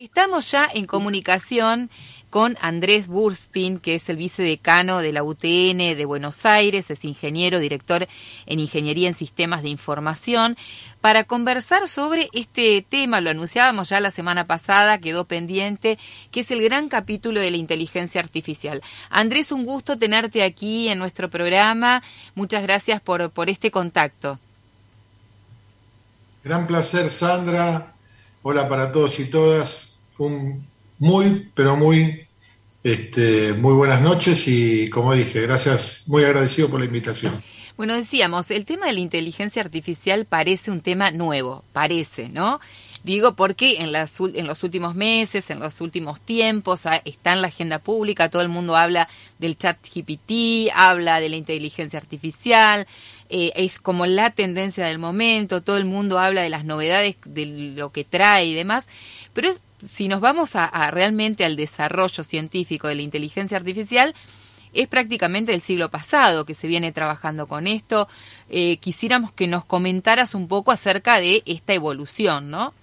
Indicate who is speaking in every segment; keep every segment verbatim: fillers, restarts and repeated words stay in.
Speaker 1: Estamos ya en comunicación con Andrés Burstein, que es el vicedecano de la U T N de Buenos Aires, es ingeniero, director en Ingeniería en Sistemas de Información, para conversar sobre este tema. Lo anunciábamos ya la semana pasada, quedó pendiente, que es el gran capítulo de la inteligencia artificial. Andrés, un gusto tenerte aquí en nuestro programa. Muchas gracias por, por este contacto.
Speaker 2: Gran placer, Sandra. Hola para todos y todas. Un muy, pero muy, este, muy buenas noches y, como dije, gracias, muy agradecido por la invitación.
Speaker 1: Bueno, decíamos, el tema de la inteligencia artificial parece un tema nuevo, parece, ¿no? Digo porque en, las, en los últimos meses, en los últimos tiempos, está en la agenda pública, todo el mundo habla del chat G P T, habla de la inteligencia artificial, eh, es como la tendencia del momento, todo el mundo habla de las novedades, de lo que trae y demás, pero es, si nos vamos a, a realmente al desarrollo científico de la inteligencia artificial, es prácticamente del siglo pasado que se viene trabajando con esto. Eh, quisiéramos que nos comentaras un poco acerca de esta evolución, ¿no?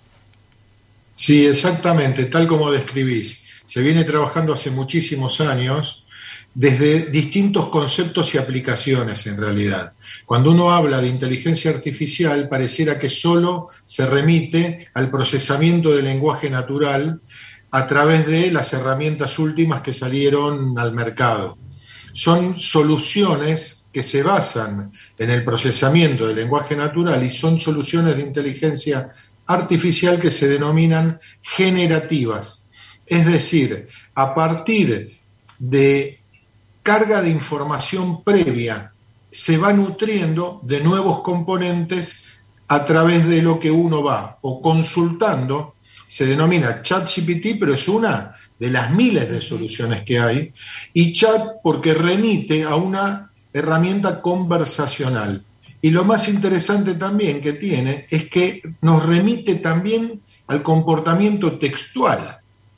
Speaker 2: Sí, exactamente, tal como describís. Se viene trabajando hace muchísimos años desde distintos conceptos y aplicaciones, en realidad. Cuando uno habla de inteligencia artificial, pareciera que solo se remite al procesamiento del lenguaje natural a través de las herramientas últimas que salieron al mercado. Son soluciones que se basan en el procesamiento del lenguaje natural y son soluciones de inteligencia artificial que se denominan generativas. Es decir, a partir de carga de información previa se va nutriendo de nuevos componentes a través de lo que uno va o consultando. Se denomina chat G P T, pero es una de las miles de soluciones que hay, y chat porque remite a una herramienta conversacional. Y lo más interesante también que tiene es que nos remite también al comportamiento textual,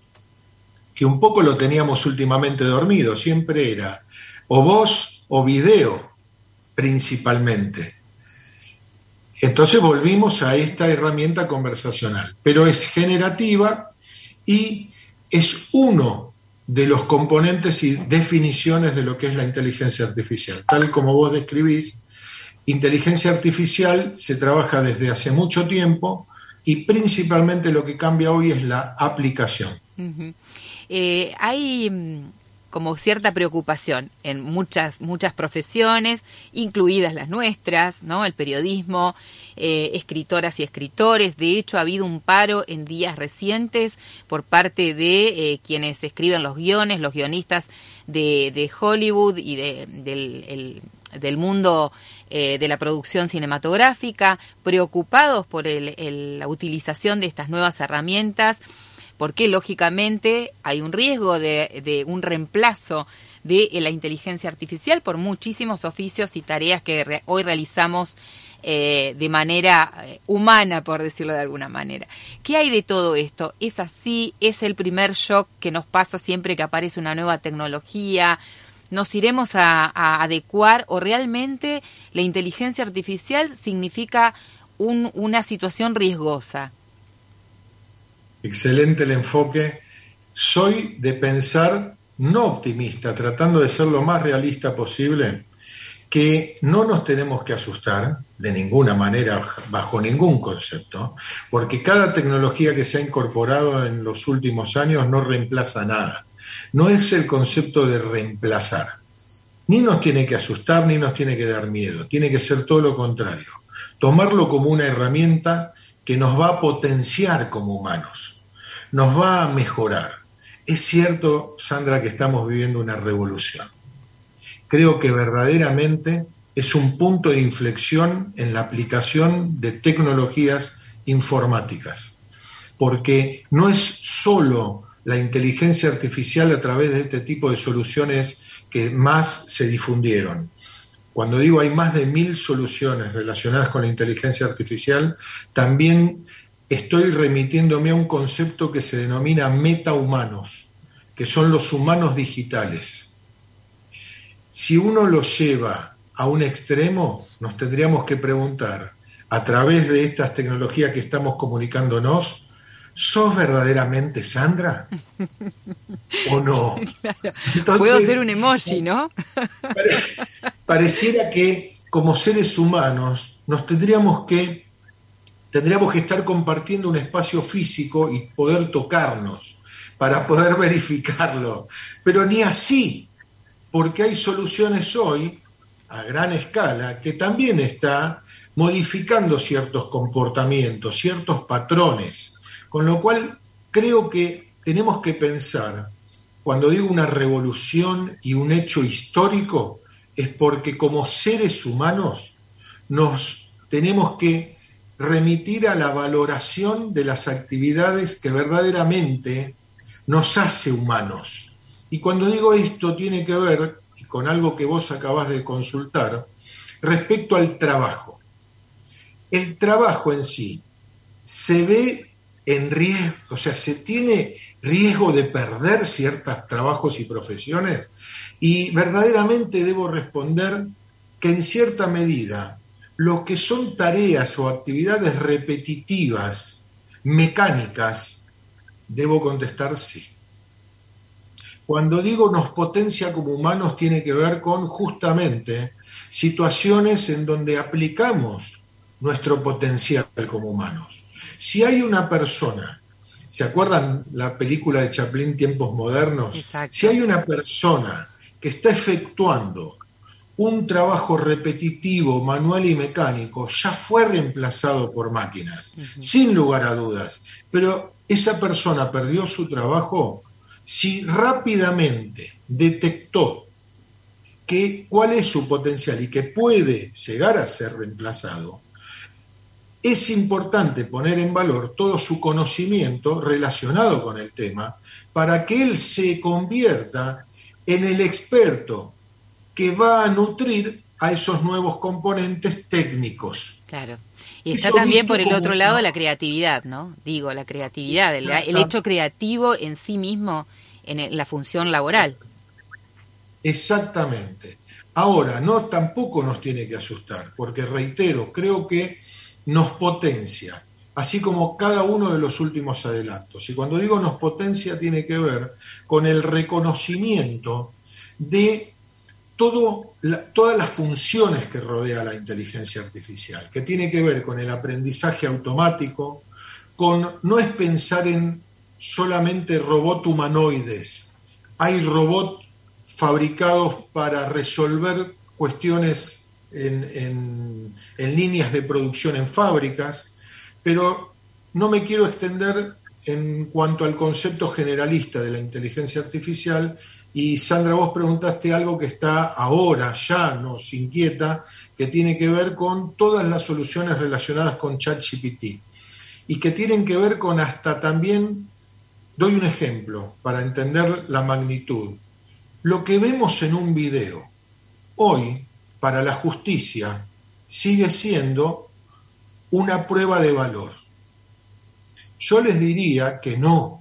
Speaker 2: que un poco lo teníamos últimamente dormido, siempre era o voz o video principalmente. Entonces volvimos a esta herramienta conversacional, pero es generativa y es uno de los componentes y definiciones de lo que es la inteligencia artificial. Tal como vos describís, inteligencia artificial se trabaja desde hace mucho tiempo y principalmente lo que cambia hoy es la aplicación.
Speaker 1: Uh-huh. Eh, hay como cierta preocupación en muchas muchas profesiones, incluidas las nuestras, ¿no? El periodismo, eh, escritoras y escritores. De hecho, ha habido un paro en días recientes por parte de eh, quienes escriben los guiones, los guionistas de, de Hollywood y de, del, el, del mundo eh, de la producción cinematográfica, preocupados por el, el, la utilización de estas nuevas herramientas, porque lógicamente hay un riesgo de, de un reemplazo de la inteligencia artificial por muchísimos oficios y tareas que re, hoy realizamos eh, de manera eh, humana, por decirlo de alguna manera. ¿Qué hay de todo esto? ¿Es así? ¿Es el primer shock que nos pasa siempre que aparece una nueva tecnología? ¿Nos iremos a, a adecuar o realmente la inteligencia artificial significa un, una situación riesgosa?
Speaker 2: Excelente el enfoque. Soy de pensar no optimista, tratando de ser lo más realista posible, que no nos tenemos que asustar de ninguna manera, bajo ningún concepto, porque cada tecnología que se ha incorporado en los últimos años no reemplaza nada. No es el concepto de reemplazar. Ni nos tiene que asustar, ni nos tiene que dar miedo. Tiene que ser todo lo contrario. Tomarlo como una herramienta que nos va a potenciar como humanos. Nos va a mejorar. Es cierto, Sandra, que estamos viviendo una revolución. Creo que verdaderamente es un punto de inflexión en la aplicación de tecnologías informáticas, porque no es solo la inteligencia artificial a través de este tipo de soluciones que más se difundieron. Cuando digo hay más de mil soluciones relacionadas con la inteligencia artificial, también estoy remitiéndome a un concepto que se denomina metahumanos, que son los humanos digitales. Si uno lo lleva a un extremo, nos tendríamos que preguntar, a través de estas tecnologías que estamos comunicándonos, ¿sos verdaderamente Sandra o no?
Speaker 1: Claro.
Speaker 2: Entonces,
Speaker 1: puedo hacer un emoji, ¿no?
Speaker 2: pare, pareciera que como seres humanos nos tendríamos que tendríamos que estar compartiendo un espacio físico y poder tocarnos para poder verificarlo, pero ni así, porque hay soluciones hoy a gran escala que también está modificando ciertos comportamientos, ciertos patrones, con lo cual creo que tenemos que pensar, cuando digo una revolución y un hecho histórico, es porque como seres humanos nos tenemos que remitir a la valoración de las actividades que verdaderamente nos hace humanos. Y cuando digo esto tiene que ver con algo que vos acabás de consultar respecto al trabajo. El trabajo en sí se ve en riesgo, o sea, se tiene riesgo de perder ciertos trabajos y profesiones, y verdaderamente debo responder que en cierta medida lo que son tareas o actividades repetitivas, mecánicas, debo contestar sí. Cuando digo nos potencia como humanos tiene que ver con justamente situaciones en donde aplicamos nuestro potencial como humanos. Si hay una persona, ¿se acuerdan la película de Chaplin, Tiempos Modernos?
Speaker 1: Exacto.
Speaker 2: Si hay una persona que está efectuando un trabajo repetitivo, manual y mecánico, ya fue reemplazado por máquinas, uh-huh. sin lugar a dudas, pero esa persona perdió su trabajo si rápidamente detectó que, cuál es su potencial y que puede llegar a ser reemplazado. Es importante poner en valor todo su conocimiento relacionado con el tema para que él se convierta en el experto que va a nutrir a esos nuevos componentes técnicos.
Speaker 1: Claro. Y está Eso también por el como, otro lado la creatividad, ¿no? Digo, la creatividad, el, el hecho creativo en sí mismo en la función laboral.
Speaker 2: Exactamente. Ahora, no tampoco nos tiene que asustar, porque reitero, creo que nos potencia, así como cada uno de los últimos adelantos. Y cuando digo nos potencia tiene que ver con el reconocimiento de todo la, todas las funciones que rodea la inteligencia artificial, que tiene que ver con el aprendizaje automático, con no es pensar en solamente robots humanoides, hay robots fabricados para resolver cuestiones en, en, en líneas de producción en fábricas, pero no me quiero extender en cuanto al concepto generalista de la inteligencia artificial. Y Sandra, vos preguntaste algo que está ahora, ya nos inquieta, que tiene que ver con todas las soluciones relacionadas con ChatGPT y que tienen que ver con hasta también, doy un ejemplo para entender la magnitud. Lo que vemos en un video hoy para la justicia sigue siendo una prueba de valor. Yo les diría que no,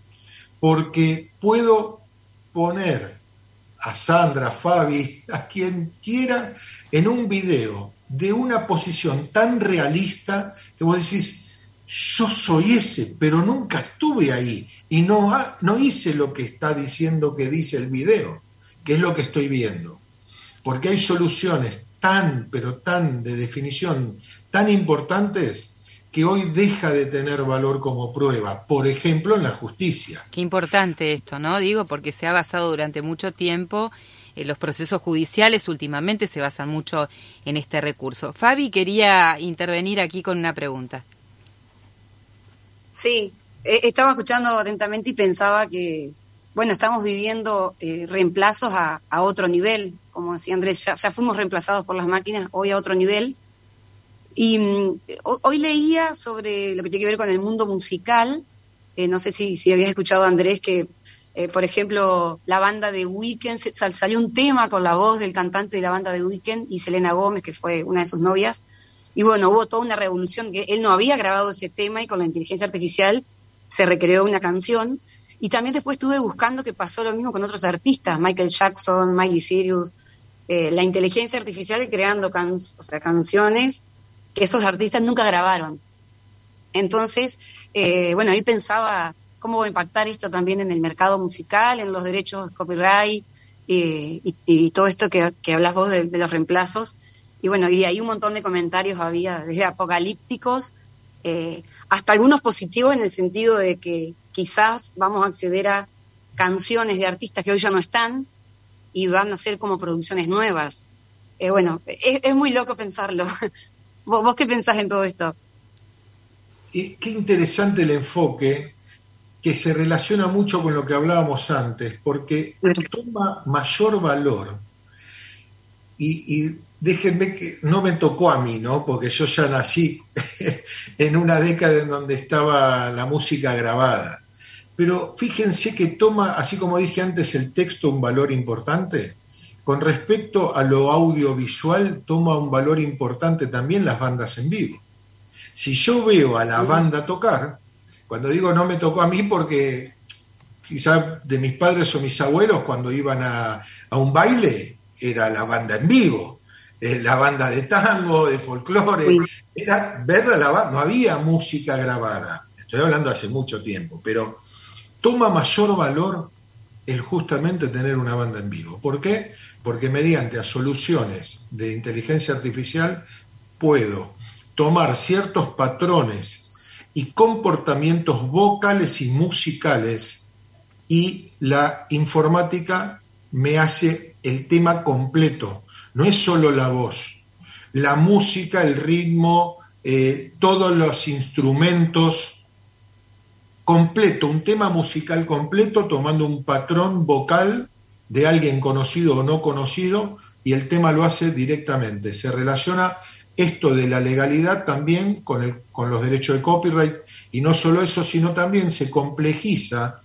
Speaker 2: porque puedo poner a Sandra, a Fabi, a quien quiera, en un video de una posición tan realista que vos decís, yo soy ese, pero nunca estuve ahí y no, ha, no hice lo que está diciendo que dice el video, que es lo que estoy viendo. Porque hay soluciones tan, pero tan de definición, tan importantes, que hoy deja de tener valor como prueba, por ejemplo, en la justicia.
Speaker 1: Qué importante esto, ¿no? Digo, porque se ha basado durante mucho tiempo, eh, los procesos judiciales últimamente se basan mucho en este recurso. Fabi quería intervenir aquí con una pregunta.
Speaker 3: Sí, eh, estaba escuchando atentamente y pensaba que, bueno, estamos viviendo eh, reemplazos a, a otro nivel, como decía Andrés, ya, ya fuimos reemplazados por las máquinas, hoy a otro nivel. Y um, hoy leía sobre lo que tiene que ver con el mundo musical, eh, no sé si, si habías escuchado, Andrés, que, eh, por ejemplo, la banda de Weeknd, sal, salió un tema con la voz del cantante de la banda de Weeknd y Selena Gómez, que fue una de sus novias, y bueno, hubo toda una revolución, que él no había grabado ese tema y con la inteligencia artificial se recreó una canción, y también después estuve buscando que pasó lo mismo con otros artistas, Michael Jackson, Miley Cyrus, eh, la inteligencia artificial creando can, o sea, canciones que esos artistas nunca grabaron. Entonces, eh, bueno, ahí pensaba cómo va a impactar esto también en el mercado musical, en los derechos de copyright eh, y, y todo esto que, que hablas vos de, de los reemplazos. Y bueno, y de ahí un montón de comentarios había, desde apocalípticos eh, hasta algunos positivos en el sentido de que quizás vamos a acceder a canciones de artistas que hoy ya no están y van a ser como producciones nuevas. Eh, bueno, es, es muy loco pensarlo. ¿Vos, ¿Vos qué pensás en todo esto?
Speaker 2: Y qué interesante el enfoque que se relaciona mucho con lo que hablábamos antes, porque toma mayor valor. Y, y déjenme que no me tocó a mí, ¿no? Porque yo ya nací en una década en donde estaba la música grabada. Pero fíjense que toma, así como dije antes, el texto un valor importante. Con respecto a lo audiovisual, toma un valor importante también las bandas en vivo. Si yo veo a la banda tocar, cuando digo no me tocó a mí porque quizá de mis padres o mis abuelos cuando iban a, a un baile era la banda en vivo, eh, la banda de tango, de folclore, era ver a la banda, no había música grabada, estoy hablando hace mucho tiempo, pero toma mayor valor el justamente tener una banda en vivo. ¿Por qué? Porque mediante a soluciones de inteligencia artificial puedo tomar ciertos patrones y comportamientos vocales y musicales y la informática me hace el tema completo. No es solo la voz, la música, el ritmo, eh, todos los instrumentos, completo, un tema musical completo tomando un patrón vocal de alguien conocido o no conocido y el tema lo hace directamente. Se relaciona esto de la legalidad también con, el, con los derechos de copyright y no solo eso, sino también se complejiza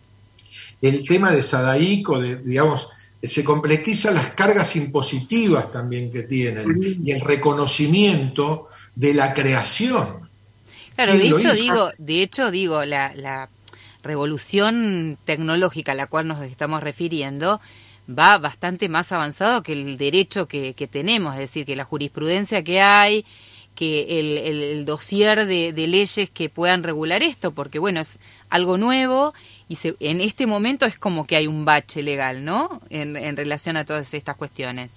Speaker 2: el tema de SADAIC o de, digamos, se complejiza las cargas impositivas también que tienen y el reconocimiento de la creación.
Speaker 1: Claro, de hecho digo, de hecho digo, la, la revolución tecnológica a la cual nos estamos refiriendo va bastante más avanzado que el derecho que, que tenemos, es decir, que la jurisprudencia que hay, que el, el, el dossier de, de leyes que puedan regular esto, porque bueno, es algo nuevo y se, en este momento es como que hay un bache legal, ¿no?, en, en relación a todas estas cuestiones.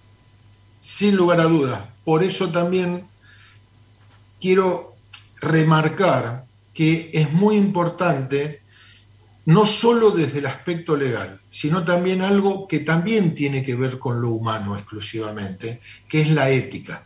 Speaker 2: Sin lugar a dudas. Por eso también quiero remarcar que es muy importante, no solo desde el aspecto legal, sino también algo que también tiene que ver con lo humano exclusivamente, que es la ética.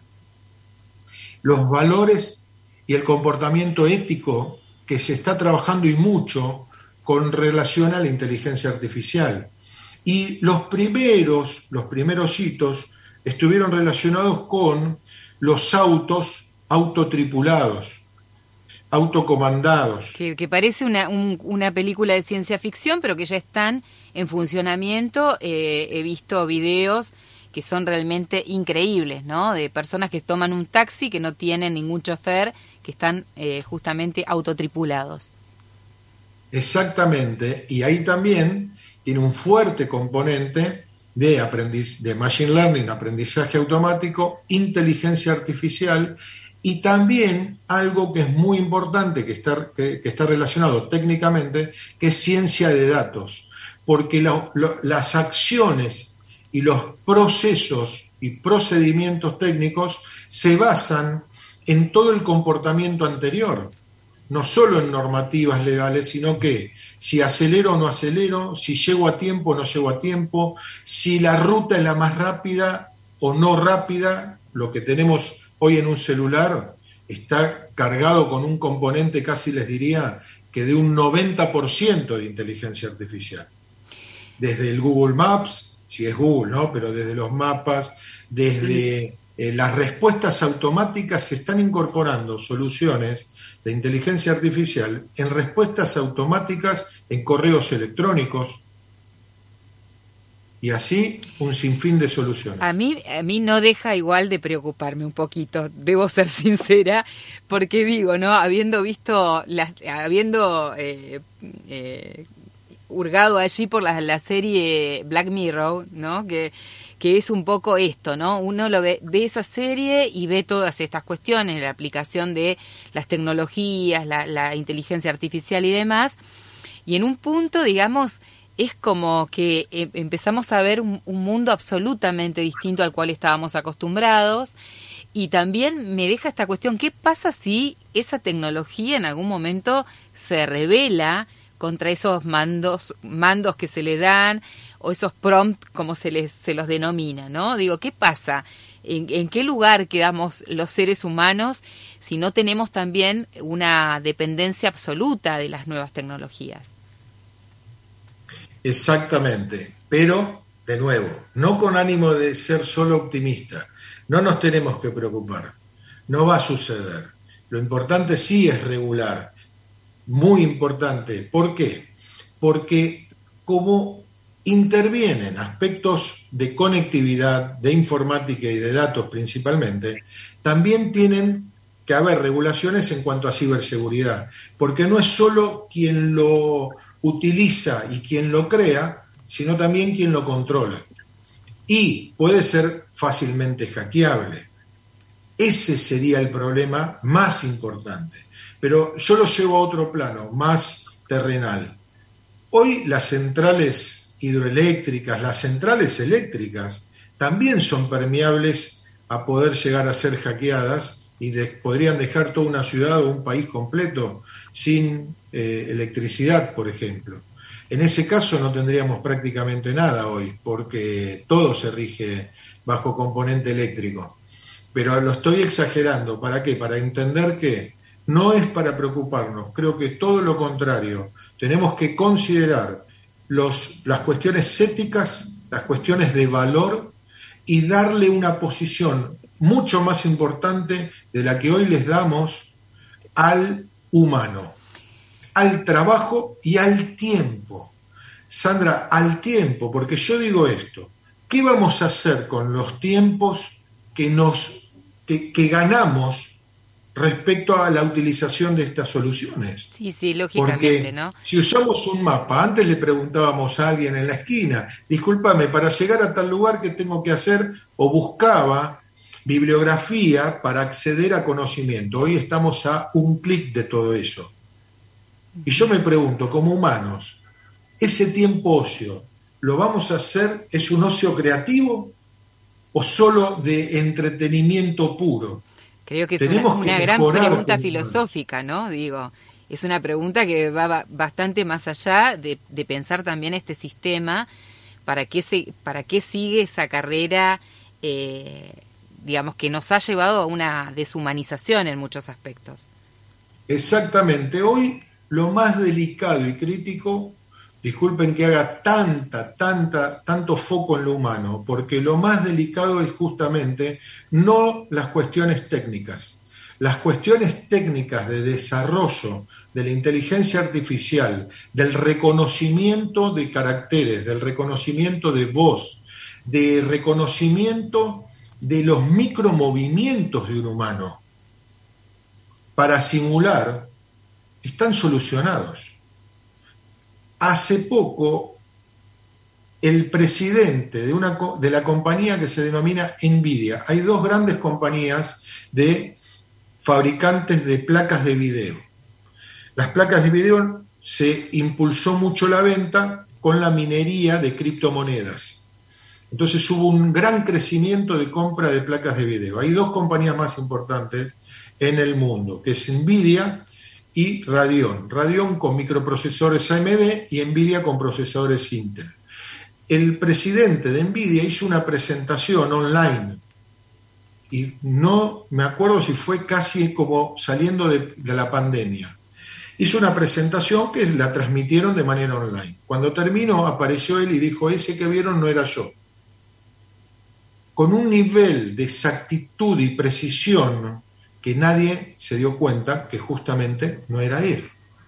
Speaker 2: Los valores y el comportamiento ético que se está trabajando y mucho con relación a la inteligencia artificial. Y los primeros, los primeros hitos estuvieron relacionados con los autos autotripulados, autocomandados.
Speaker 1: Que, que parece una, un, una película de ciencia ficción, pero que ya están en funcionamiento. Eh, he visto videos que son realmente increíbles, ¿no? De personas que toman un taxi, que no tienen ningún chofer, que están eh, justamente autotripulados.
Speaker 2: Exactamente, y ahí también tiene un fuerte componente de aprendiz, de machine learning, aprendizaje automático, inteligencia artificial, y también algo que es muy importante, que está, que, que está relacionado técnicamente, que es ciencia de datos, porque lo, lo, las acciones y los procesos y procedimientos técnicos se basan en todo el comportamiento anterior, no solo en normativas legales, sino que si acelero o no acelero, si llego a tiempo o no llego a tiempo, si la ruta es la más rápida o no rápida. Lo que tenemos hoy en un celular está cargado con un componente, casi les diría, que de un noventa por ciento de inteligencia artificial. Desde el Google Maps, si es Google, ¿no? Pero desde los mapas, desde eh, las respuestas automáticas, se están incorporando soluciones de inteligencia artificial en respuestas automáticas en correos electrónicos y así un sinfín de soluciones.
Speaker 1: A mí, a mí no deja igual de preocuparme un poquito, debo ser sincera, porque digo, ¿no? Habiendo visto, las, habiendo eh, eh, hurgado allí por la, la serie Black Mirror, ¿no? Que que es un poco esto, ¿no? Uno lo ve, ve esa serie y ve todas estas cuestiones, la aplicación de las tecnologías, la, la inteligencia artificial y demás, y en un punto, digamos, es como que eh, empezamos a ver un, un mundo absolutamente distinto al cual estábamos acostumbrados, y también me deja esta cuestión, ¿qué pasa si esa tecnología en algún momento se revela contra esos mandos mandos que se le dan, o esos prompts, como se les se los denomina, ¿no? Digo, ¿qué pasa? ¿En, en qué lugar quedamos los seres humanos si no tenemos también una dependencia absoluta de las nuevas tecnologías?
Speaker 2: Exactamente, pero, de nuevo, no con ánimo de ser solo optimista, no nos tenemos que preocupar, no va a suceder. Lo importante sí es regular, muy importante. ¿Por qué? Porque como intervienen aspectos de conectividad, de informática y de datos principalmente, también tienen que haber regulaciones en cuanto a ciberseguridad, porque no es solo quien lo utiliza y quien lo crea, sino también quien lo controla. Y puede ser fácilmente hackeable. Ese sería el problema más importante. Pero yo lo llevo a otro plano, más terrenal. Hoy las centrales hidroeléctricas, las centrales eléctricas, también son permeables a poder llegar a ser hackeadas y de, podrían dejar toda una ciudad o un país completo sin eh, electricidad, por ejemplo. En ese caso no tendríamos prácticamente nada hoy, porque todo se rige bajo componente eléctrico. Pero lo estoy exagerando. ¿Para qué? Para entender que no es para preocuparnos. Creo que todo lo contrario. Tenemos que considerar los, las cuestiones éticas, las cuestiones de valor y darle una posición mucho más importante de la que hoy les damos al humano, al trabajo y al tiempo. Sandra, al tiempo, porque yo digo esto, ¿qué vamos a hacer con los tiempos que nos que, que ganamos respecto a la utilización de estas soluciones?
Speaker 1: Sí, sí, lógicamente,
Speaker 2: porque
Speaker 1: ¿no?
Speaker 2: Si usamos un mapa, antes le preguntábamos a alguien en la esquina, discúlpame, para llegar a tal lugar, ¿qué tengo que hacer? O buscaba bibliografía para acceder a conocimiento. Hoy estamos a un clic de todo eso. Y yo me pregunto, como humanos, ¿ese tiempo ocio lo vamos a hacer? ¿Es un ocio creativo o solo de entretenimiento puro?
Speaker 1: Creo que es una, una gran pregunta filosófica, ¿no? Digo, es una pregunta que va, va bastante más allá de, de pensar también este sistema, para qué se, para qué sigue esa carrera, eh, digamos, que nos ha llevado a una deshumanización en muchos aspectos.
Speaker 2: Exactamente. Hoy lo más delicado y crítico, disculpen que haga tanta, tanta, tanto foco en lo humano, porque lo más delicado es justamente no las cuestiones técnicas. Las cuestiones técnicas de desarrollo de la inteligencia artificial, del reconocimiento de caracteres, del reconocimiento de voz, de reconocimiento de los micromovimientos de un humano para simular, están solucionados. Hace poco, el presidente de, una, de la compañía que se denomina NVIDIA, hay dos grandes compañías de fabricantes de placas de video. Las placas de video se impulsó mucho la venta con la minería de criptomonedas. Entonces hubo un gran crecimiento de compra de placas de video. Hay dos compañías más importantes en el mundo, que es NVIDIA y Radeon. Radeon con microprocesores A M D y NVIDIA con procesadores Intel. El presidente de NVIDIA hizo una presentación online y no me acuerdo si fue casi como saliendo de, de la pandemia. Hizo una presentación que la transmitieron de manera online. Cuando terminó apareció él y dijo, ese que vieron no era yo. Con un nivel de exactitud y precisión que nadie se dio cuenta que justamente no era él.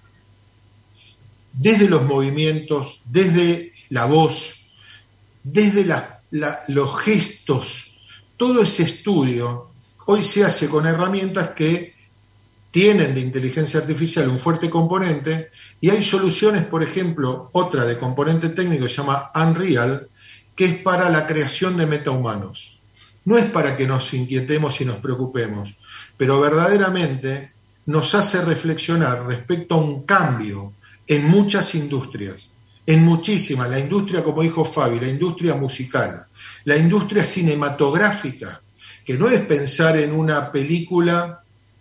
Speaker 2: Desde los movimientos, desde la voz, desde la, la, los gestos, todo ese estudio hoy se hace con herramientas que tienen de inteligencia artificial un fuerte componente, y hay soluciones, por ejemplo, otra de componente técnico que se llama Unreal, que es para la creación de metahumanos. No es para que nos inquietemos y nos preocupemos, pero verdaderamente nos hace reflexionar respecto a un cambio en muchas industrias, en muchísimas, la industria, como dijo Fabi, la industria musical, la industria cinematográfica, que no es pensar en una película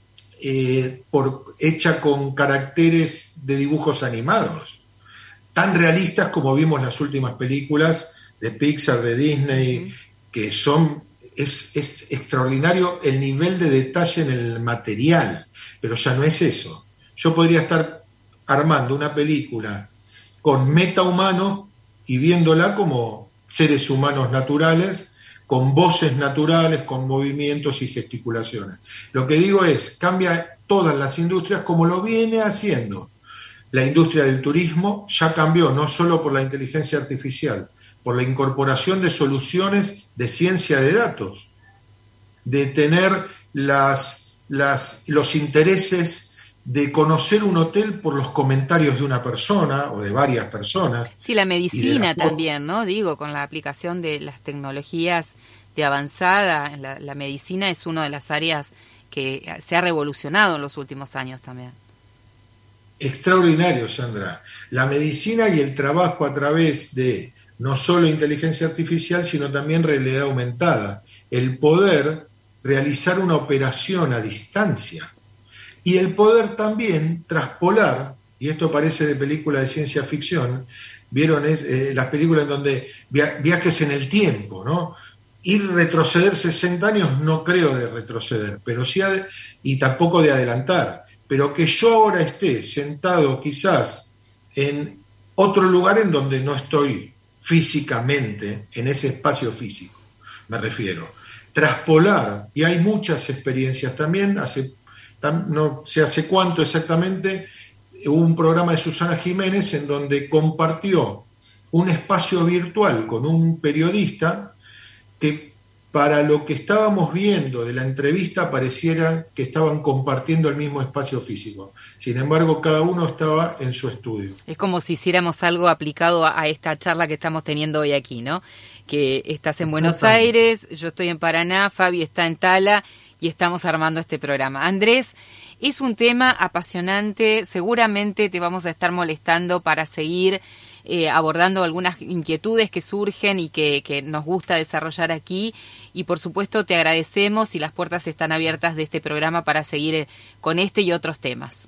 Speaker 2: eh, por, hecha con caracteres de dibujos animados, tan realistas como vimos las últimas películas de Pixar, de Disney, uh-huh. que son, es, es extraordinario el nivel de detalle en el material, pero ya no es eso. Yo podría estar armando una película con metahumanos y viéndola como seres humanos naturales, con voces naturales, con movimientos y gesticulaciones. Lo que digo es, cambia todas las industrias como lo viene haciendo. La industria del turismo ya cambió, no solo por la inteligencia artificial, por la incorporación de soluciones de ciencia de datos, de tener las, las, los intereses de conocer un hotel por los comentarios de una persona o de varias personas.
Speaker 1: Sí, la medicina la también, ¿no? Digo, con la aplicación de las tecnologías de avanzada, la, la medicina es una de las áreas que se ha revolucionado en los últimos años también.
Speaker 2: Extraordinario, Sandra. La medicina y el trabajo a través de no solo inteligencia artificial, sino también realidad aumentada. El poder realizar una operación a distancia. Y el poder también traspolar, y esto parece de película de ciencia ficción, vieron eh, las películas en donde via- viajes en el tiempo, ¿no? Ir retroceder sesenta años no creo de retroceder, pero sí, ad- y tampoco de adelantar, pero que yo ahora esté sentado quizás en otro lugar en donde no estoy físicamente, en ese espacio físico, me refiero. Traspolar, y hay muchas experiencias también, hace no sé hace cuánto exactamente, hubo un programa de Susana Jiménez en donde compartió un espacio virtual con un periodista que para lo que estábamos viendo de la entrevista pareciera que estaban compartiendo el mismo espacio físico. Sin embargo, cada uno estaba en su estudio.
Speaker 1: Es como si hiciéramos algo aplicado a esta charla que estamos teniendo hoy aquí, ¿no? Que estás en Buenos Aires, yo estoy en Paraná, Fabi está en Tala, y estamos armando este programa. Andrés, es un tema apasionante, seguramente te vamos a estar molestando para seguir eh, abordando algunas inquietudes que surgen y que, que nos gusta desarrollar aquí, y por supuesto te agradecemos y las puertas están abiertas de este programa para seguir con este y otros temas.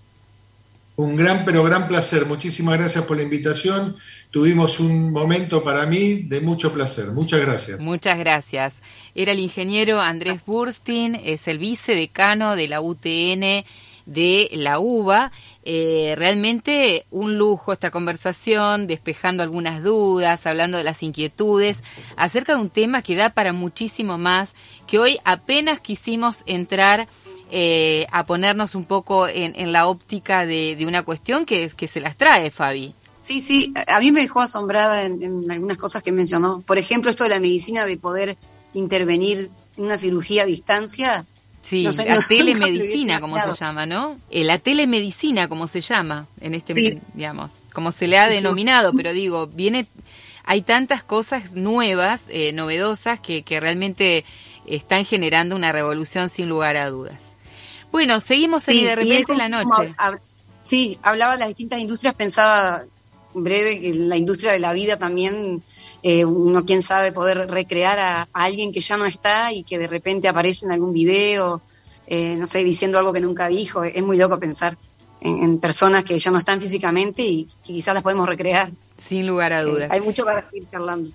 Speaker 2: Un gran, pero gran placer. Muchísimas gracias por la invitación. Tuvimos un momento para mí de mucho placer. Muchas gracias.
Speaker 1: Muchas gracias. Era el ingeniero Andrés Burstein, es el vicedecano de la U T N de la UBA. Eh, realmente un lujo esta conversación, despejando algunas dudas, hablando de las inquietudes, acerca de un tema que da para muchísimo más, que hoy apenas quisimos entrar Eh, a ponernos un poco en, en la óptica de, de una cuestión que, que se las trae, Fabi.
Speaker 3: Sí, sí, a mí me dejó asombrada en, en algunas cosas que mencionó. Por ejemplo, esto de la medicina, de poder intervenir en una cirugía a distancia.
Speaker 1: Sí,
Speaker 3: no sé,
Speaker 1: la
Speaker 3: no,
Speaker 1: telemedicina, como se llama, ¿no? Eh, la telemedicina, como se llama, en este, sí. digamos, como se le ha denominado, pero digo, viene, hay tantas cosas nuevas, eh, novedosas, que, que realmente están generando una revolución sin lugar a dudas. Bueno, seguimos sí, de repente en la noche.
Speaker 3: Hab, sí, hablaba de las distintas industrias, pensaba en breve que en la industria de la vida también, eh, uno quién sabe poder recrear a, a alguien que ya no está y que de repente aparece en algún video, eh, no sé, diciendo algo que nunca dijo. Es muy loco pensar en, en personas que ya no están físicamente y que quizás las podemos recrear.
Speaker 1: Sin lugar a dudas.
Speaker 3: Eh, hay mucho para seguir charlando.